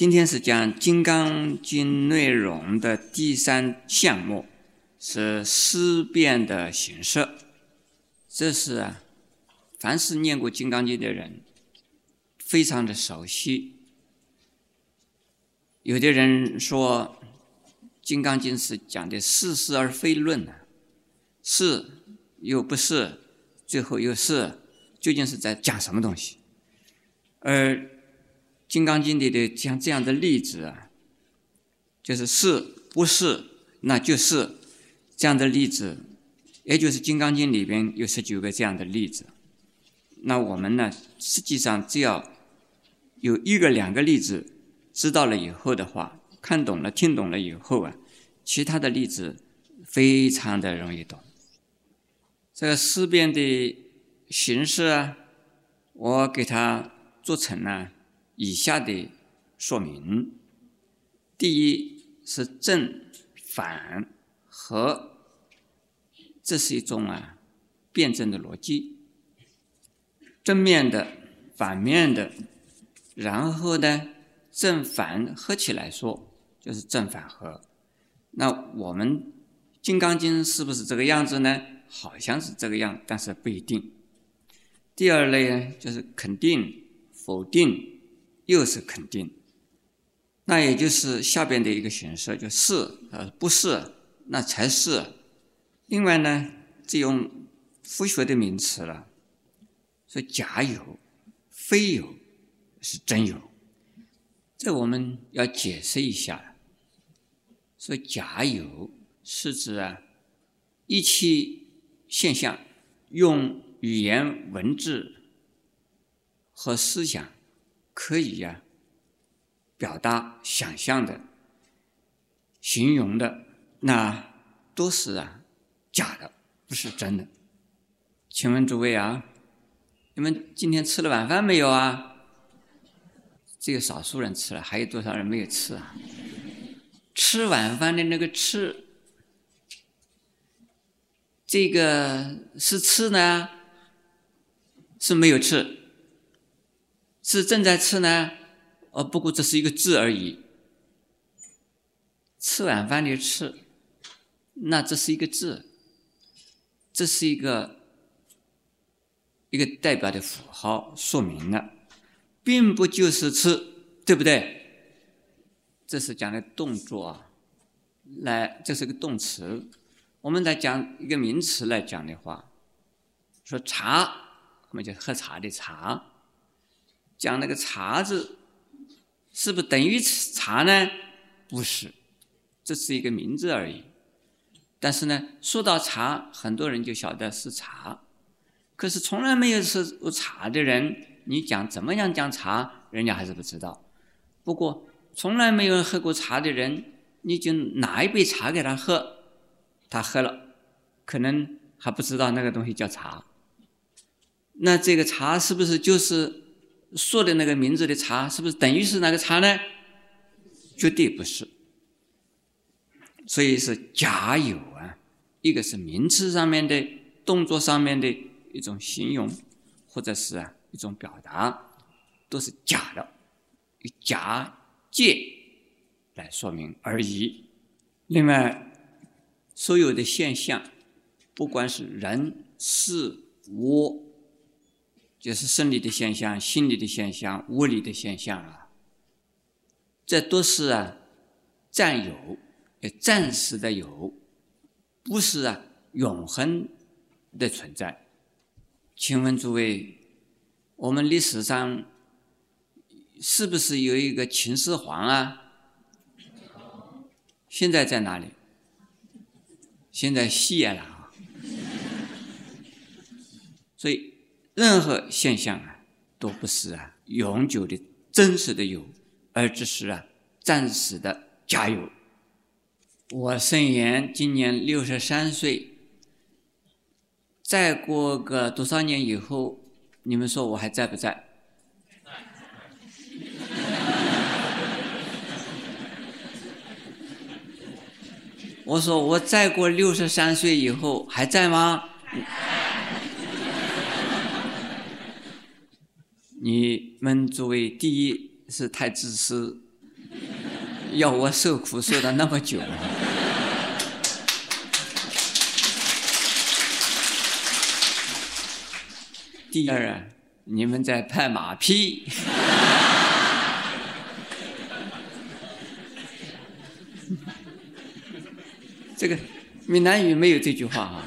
今天是讲《金刚经》内容的第三项目，是思辨的形式。这是凡是念过《金刚经》的人非常的熟悉。有的人说《金刚经》是讲的似是而非论是又不是，最后又是，究竟是在讲什么东西？而《金刚经》里的像这样的例子就是是不是那就是这样的例子，也就是《金刚经》里边有19个这样的例子。那我们呢，实际上只要有1个2个例子知道了以后的话，看懂了听懂了以后其他的例子非常的容易懂。这个思辨的形式我给它做成了以下的说明。第一是正反合，这是一种辩证的逻辑，正面的反面的，然后呢正反合起来说就是正反合。那我们《金刚经》是不是这个样子呢？好像是这个样，但是不一定。第二类呢就是肯定否定又是肯定，那也就是下边的一个形式，就是不是那才是。另外呢这用佛学的名词了，说假有非有是真有，这我们要解释一下。说假有是指一切现象用语言文字和思想可以表达想象的形容的，那都是假的，不是真的。请问诸位你们今天吃了晚饭没有只有少数人吃了，还有多少人没有吃吃晚饭的那个吃，这个是吃呢是没有吃，是正在吃呢不过这是一个字而已。吃晚饭的吃，那这是一个字，这是一个代表的符号，说明了并不就是吃，对不对？这是讲的动作这是个动词。我们再讲一个名词来讲的话，说茶，我们就喝茶的茶，讲那个茶字是不是等于茶呢？不是，这是一个名字而已。但是呢说到茶，很多人就晓得是茶，可是从来没有吃过茶的人，你讲怎么样讲茶，人家还是不知道。不过从来没有喝过茶的人，你就拿一杯茶给他喝，他喝了可能还不知道那个东西叫茶。那这个茶是不是就是说的那个名字的茶，是不是等于是那个茶呢？绝对不是。所以是假有一个是名词上面的动作上面的一种形容，或者是一种表达，都是假的，以假借来说明而已。另外所有的现象，不管是人事物，就是生理的现象、心理的现象、物理的现象这都是暂有，暂时的有，不是永恒的存在。请问诸位，我们历史上是不是有一个秦始皇现在在哪里？现在谢了所以任何现象都不是永久的真实的有，而只是暂时的假有。我圣言今年63岁，再过个多少年以后，你们说我还在不在？我说我再过63岁以后还在吗？你们作为第一是太自私， 要我受苦受了那么久。第二啊，你们在拍马屁。这个闽南语没有这句话啊。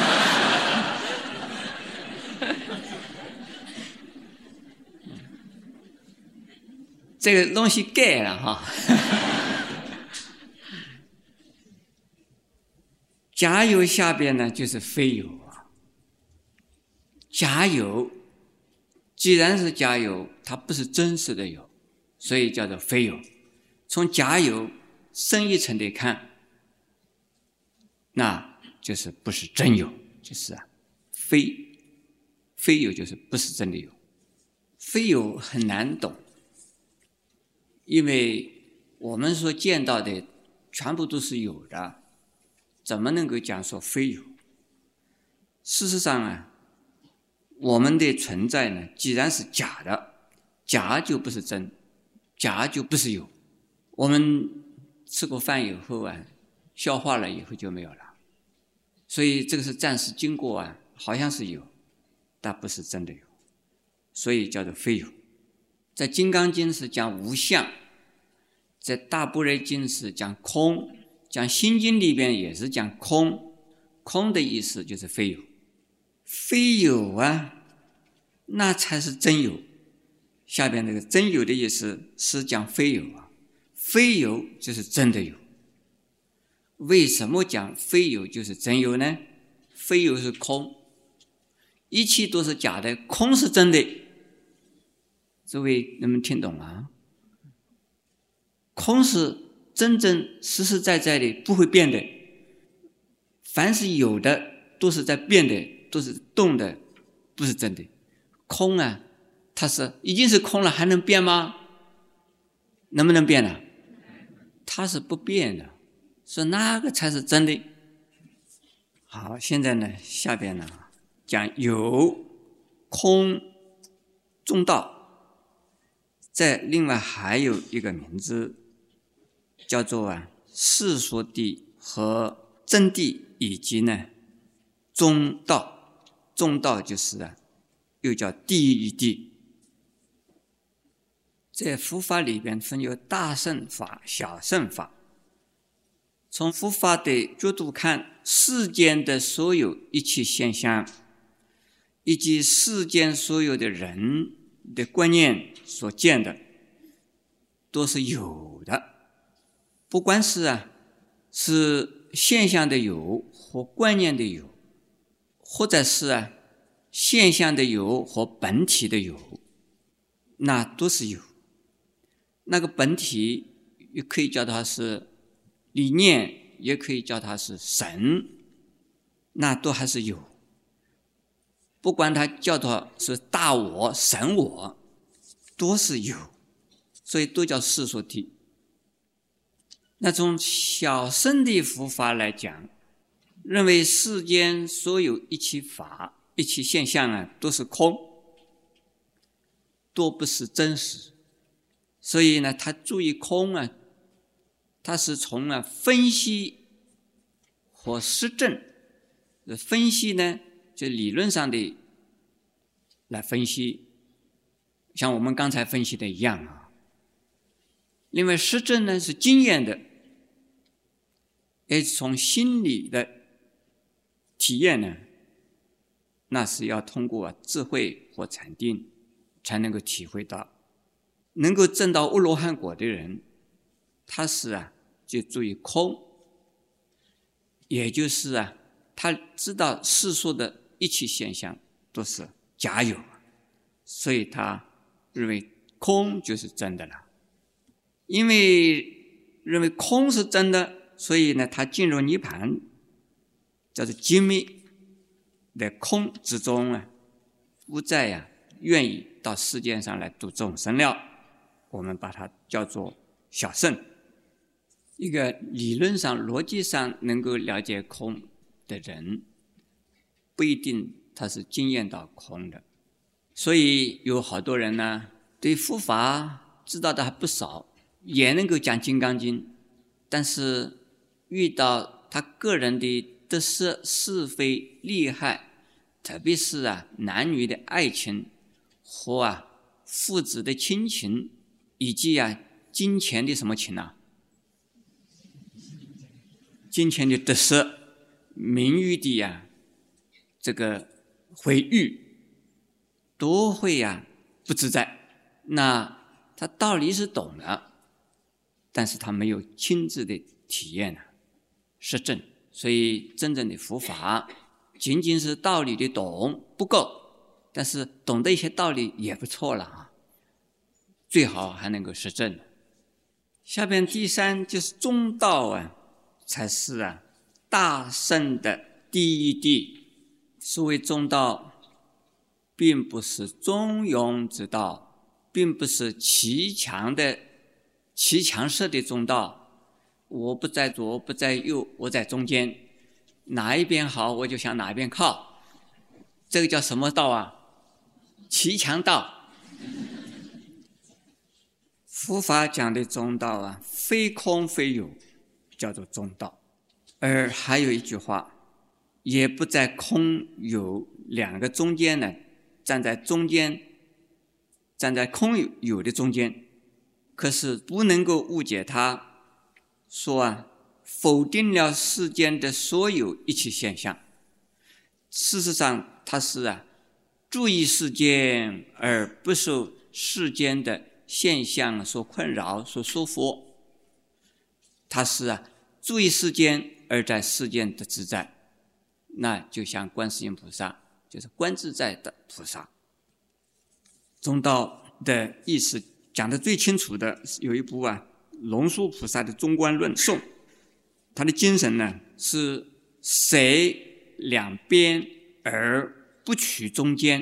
这个东西盖了哈。假有下边呢就是非有啊。假有既然是假有，它不是真实的有，所以叫做非有。从假有深一层的看，那就是不是真有，就是非有，就是不是真的有。非有很难懂，因为我们所见到的全部都是有的，怎么能够讲说非有？事实上啊，我们的存在呢，既然是假的，假就不是真，假就不是有。我们吃过饭以后啊，消化了以后就没有了，所以这个是暂时经过啊，好像是有，但不是真的有，所以叫做非有。在《金刚经》是讲无相，在《大般若经》是讲空，讲《心经》里边也是讲空，空的意思就是非有。非有啊，那才是真有。下边这个真有的意思是讲非有啊，非有就是真的有。为什么讲非有就是真有呢？非有是空，一切都是假的，空是真的。诸位能不能听懂啊？空是真真实实在在的，不会变的。凡是有的都是在变的，都是动的，不是真的。空啊，它是已经是空了，还能变吗？能不能变呢？它是不变的，所以那个才是真的。好，现在呢，下边呢讲有、空、中道。再另外还有一个名字叫做世说谛和真谛，以及呢中道。中道就是又叫第一谛。在佛法里边分有大乘法、小乘法。从佛法的角度看，世间的所有一切现象，以及世间所有的人的观念所见的，都是有的。不管是是现象的有或观念的有，或者是现象的有或本体的有，那都是有。那个本体也可以叫它是理念，也可以叫它是神，那都还是有。不管它叫它是大我、神我，都是有，所以都叫世说谛。那从小乘的佛法来讲，认为世间所有一切法、一切现象都是空，都不是真实。所以呢，他注意空他是从分析和实证。分析呢，就理论上的来分析，像我们刚才分析的一样另外实证呢是经验的，也从心理的体验呢，那是要通过智慧或禅定才能够体会到。能够证到阿罗汉果的人，他是就注意空，也就是他知道世说的一切现象都是假有，所以他认为空就是真的了。因为认为空是真的，所以呢，他进入涅槃，叫做寂灭的空之中不再愿意到世界上来度众生了。我们把它叫做小乘。一个理论上、逻辑上能够了解空的人，不一定他是经验到空的。所以有好多人对佛法知道的还不少， 也能够讲《金刚经》，但是遇到他个人的得失是非利害，特别是男女的爱情和父子的亲情，以及金钱的什么情金钱的得失，名誉的这个毁誉，都会不自在。那他道理是懂了，但是他没有亲自的体验实证。所以真正的佛法仅仅是道理的懂不够，但是懂得一些道理也不错了最好还能够实证。下边第三就是中道才是大圣的第一谛。所谓中道，并不是中庸之道，并不是骑墙式的中道。我不在左，不在右，我在中间，哪一边好我就向哪一边靠。这个叫什么道骑墙道。佛法讲的中道非空非有，叫做中道。而还有一句话，也不在空有两个中间站在中间，站在空有的中间。可是不能够误解他说否定了世间的所有一切现象。事实上他是注意世间而不受世间的现象所困扰所束缚，他是注意世间而在世间的自在。那就像观世音菩萨，就是观自在的菩萨。中道的意思讲得最清楚的有一部龙树菩萨的中观论颂，他的精神是谁两边而不取中间，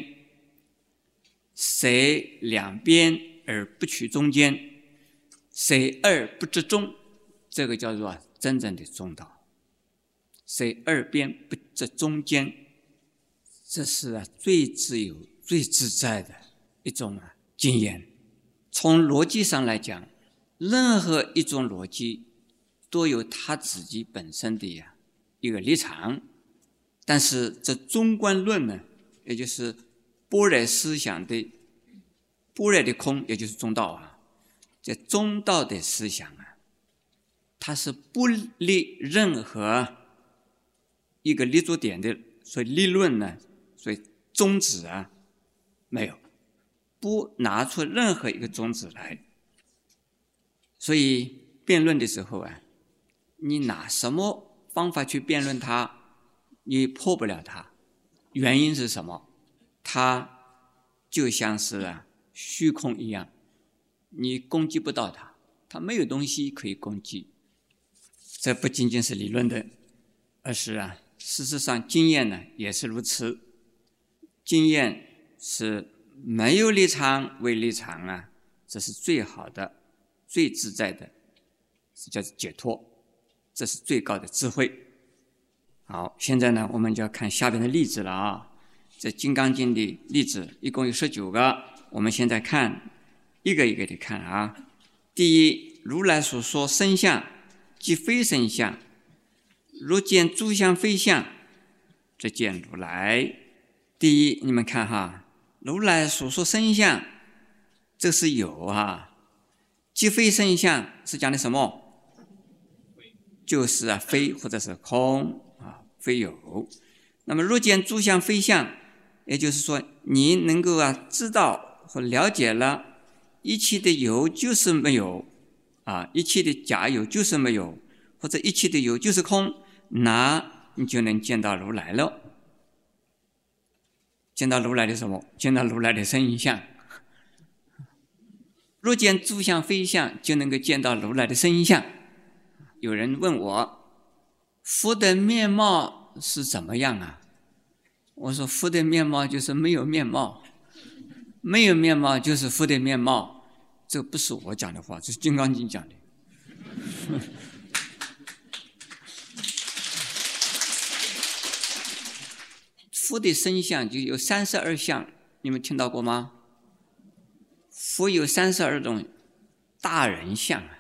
谁两边而不取中间，谁二不执中，这个叫做真正的中道。谁二边不执中间，这是最自由最自在的一种经验。从逻辑上来讲，任何一种逻辑都有他自己本身的一个立场，但是这中观论呢，也就是般若思想的般若的空，也就是中道这中道的思想它是不立任何一个立足点的，所以立论呢，所以宗旨没有，不拿出任何一个宗旨来。所以辩论的时候你拿什么方法去辩论它，你破不了它。原因是什么？它就像是虚空一样，你攻击不到它，它没有东西可以攻击。这不仅仅是理论的，而是事实上经验呢也是如此。经验是没有立场为立场这是最好的最自在的，这叫解脱，这是最高的智慧。好，现在呢我们就要看下边的例子了这《金刚经》的例子一共有19个，我们现在看一个一个的看第一，如来所说身相即非身相，若见诸相非相，则见如来。第一，你们看如来所说身相，这是有即非身相是讲的什么？就是非或者是空非有。那么若见诸相非相，也就是说你能够知道或了解了一切的有就是没有一切的假有就是没有，或者一切的有就是空，那你就能见到如来了。见到如来的什么？见到如来的身相。若见诸相非相，就能够见到如来的身相。有人问我，佛的面貌是怎么样我说佛的面貌就是没有面貌，没有面貌就是佛的面貌。这不是我讲的话，这是《金刚经》讲的。佛的身相就有32相，你们听到过吗？佛有32种大人相啊，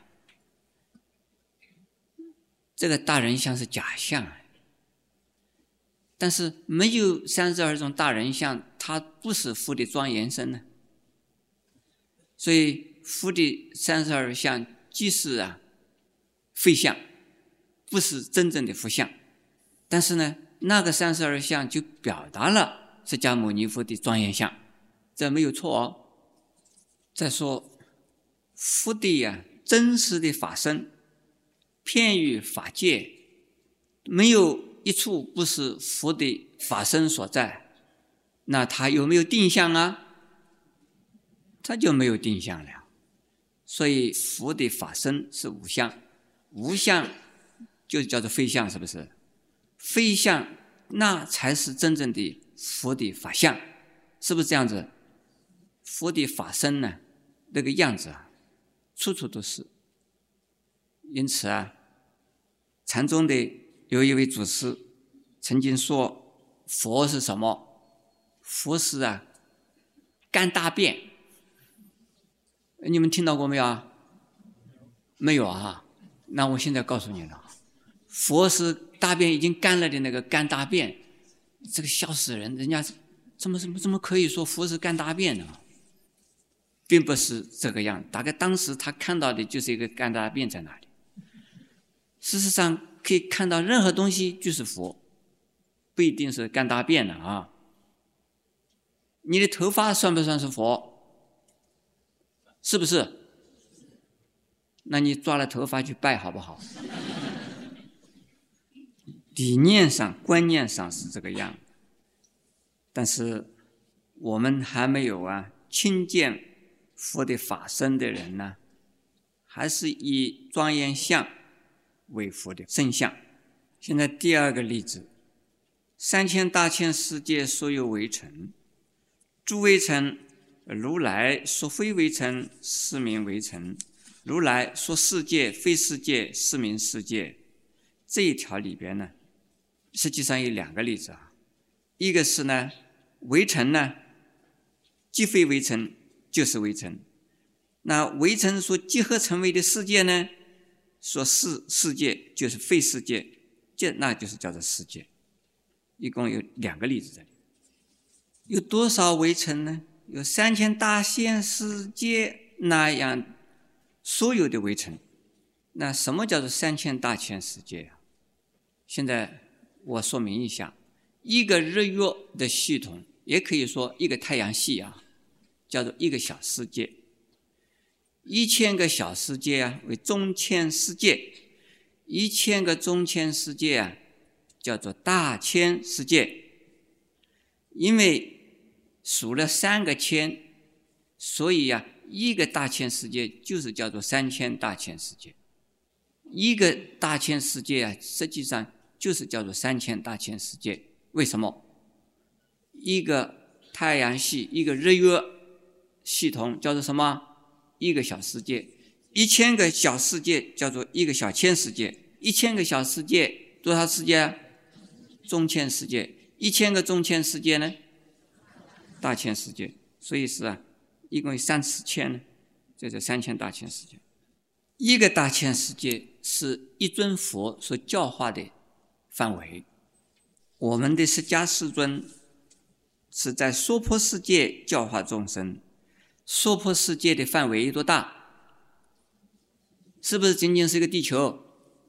这个大人相是假象啊，但是没有32种大人相，它不是佛的庄严身呢。所以佛的32相即是非相，不是真正的佛像。但是呢，那个32相就表达了释迦牟尼佛的庄严相，这没有错哦。再说佛的真实的法身，遍于法界，没有一处不是佛的法身所在，那他有没有定相啊？他就没有定相了。所以佛的法身是无相，无相就叫做非相，是不是？非相那才是真正的佛的法相，是不是这样子？佛的法身呢，那个样子处处都是。因此禅宗的有一位祖师曾经说，佛是什么？佛是干大便。你们听到过没有啊？没有啊？那我现在告诉你了，佛是大便已经干了的那个干大便。这个笑死人，人家怎么可以说佛是干大便呢？并不是这个样，大概当时他看到的就是一个干大便在那里。事实上可以看到任何东西就是佛，不一定是干大便的啊。你的头发算不算是佛？是不是？那你抓了头发去拜好不好？理念上观念上是这个样，但是我们还没有亲见佛的法身的人呢，还是以庄严相为佛的身相。现在第二个例子，3000大千世界所有微尘，诸微尘，如来说非微尘，是名微尘；如来说世界非世界，是名世界。这一条里边呢，实际上有2个例子一个是呢，微尘呢，既非微尘就是微尘。那微尘所集合成为的世界呢，说是世界就是非世界，那就是叫做世界。一共有2个例子这里。有多少微尘呢？有3000大千世界那样所有的微尘。那什么叫做3000大千世界现在我说明一下，一个日月的系统，也可以说一个太阳系叫做一个小世界。1000个小世界为中千世界，1000个中千世界叫做大千世界。因为数了3个千，所以一个大千世界就是叫做3000大千世界。一个大千世界实际上就是叫做3000大千世界。为什么？一个太阳系，一个日月系统叫做什么？一个小世界。1000个小世界叫做一个小千世界。1000个小世界多少世界？中千世界。1000个中千世界呢？大千世界。所以是一共有30千呢，这叫3000大千世界。一个大千世界是一尊佛所教化的范围。我们的释迦世尊是在娑婆世界教化众生。娑婆世界的范围有多大？是不是仅仅是一个地球？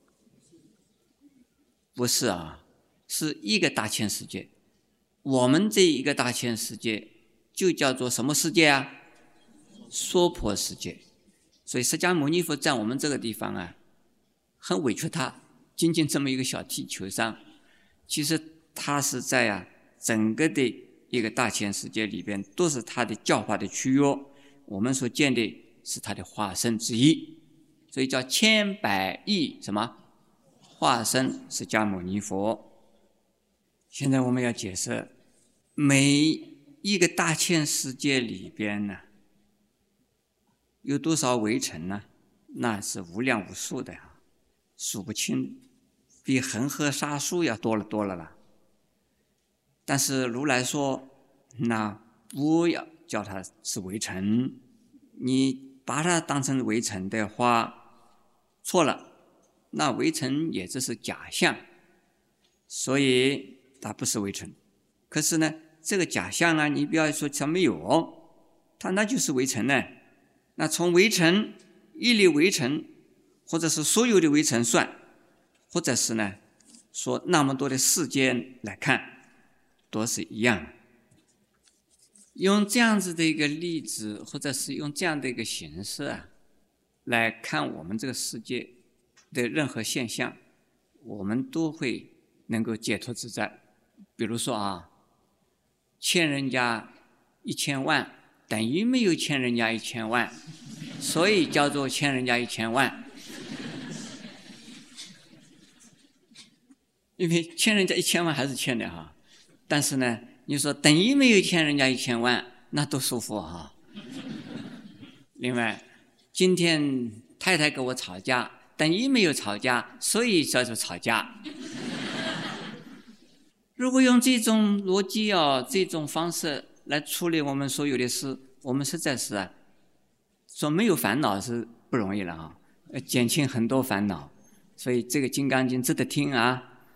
不是是一个大千世界。我们这一个大千世界就叫做什么世界娑婆世界。所以释迦牟尼佛在我们这个地方很委屈他，仅仅这么一个小地球上，其实他是在整个的一个大千世界里边都是他的教化的区域。我们所见的是他的化身之一，所以叫千百亿什么化身释迦牟尼佛。现在我们要解释每一个大千世界里边呢，有多少微尘呢？那是无量无数的数不清，比恒河沙数要多了啦。但是如来说，那不要叫它是微尘，你把它当成围城的话，错了。那围城也只是假象，所以它不是围城。可是呢，这个假象呢，你不要说它没有，它那就是围城呢。那从围城、一粒围城，或者是所有的围城算，或者是呢，说那么多的世间来看，都是一样的。用这样子的一个例子，或者是用这样的一个形式来看我们这个世界的任何现象，我们都会能够解脱自在。比如说欠人家1000万等于没有欠人家1000万，所以叫做欠人家1000万。因为欠人家1000万还是欠的但是呢，你说等于没有欠人家1000万，那多舒服另外，今天太太跟我吵架，等于没有吵架，所以叫做吵架。如果用这种逻辑这种方式来处理我们所有的事，我们实在是说没有烦恼是不容易了减轻很多烦恼。所以这个《金刚经》值得听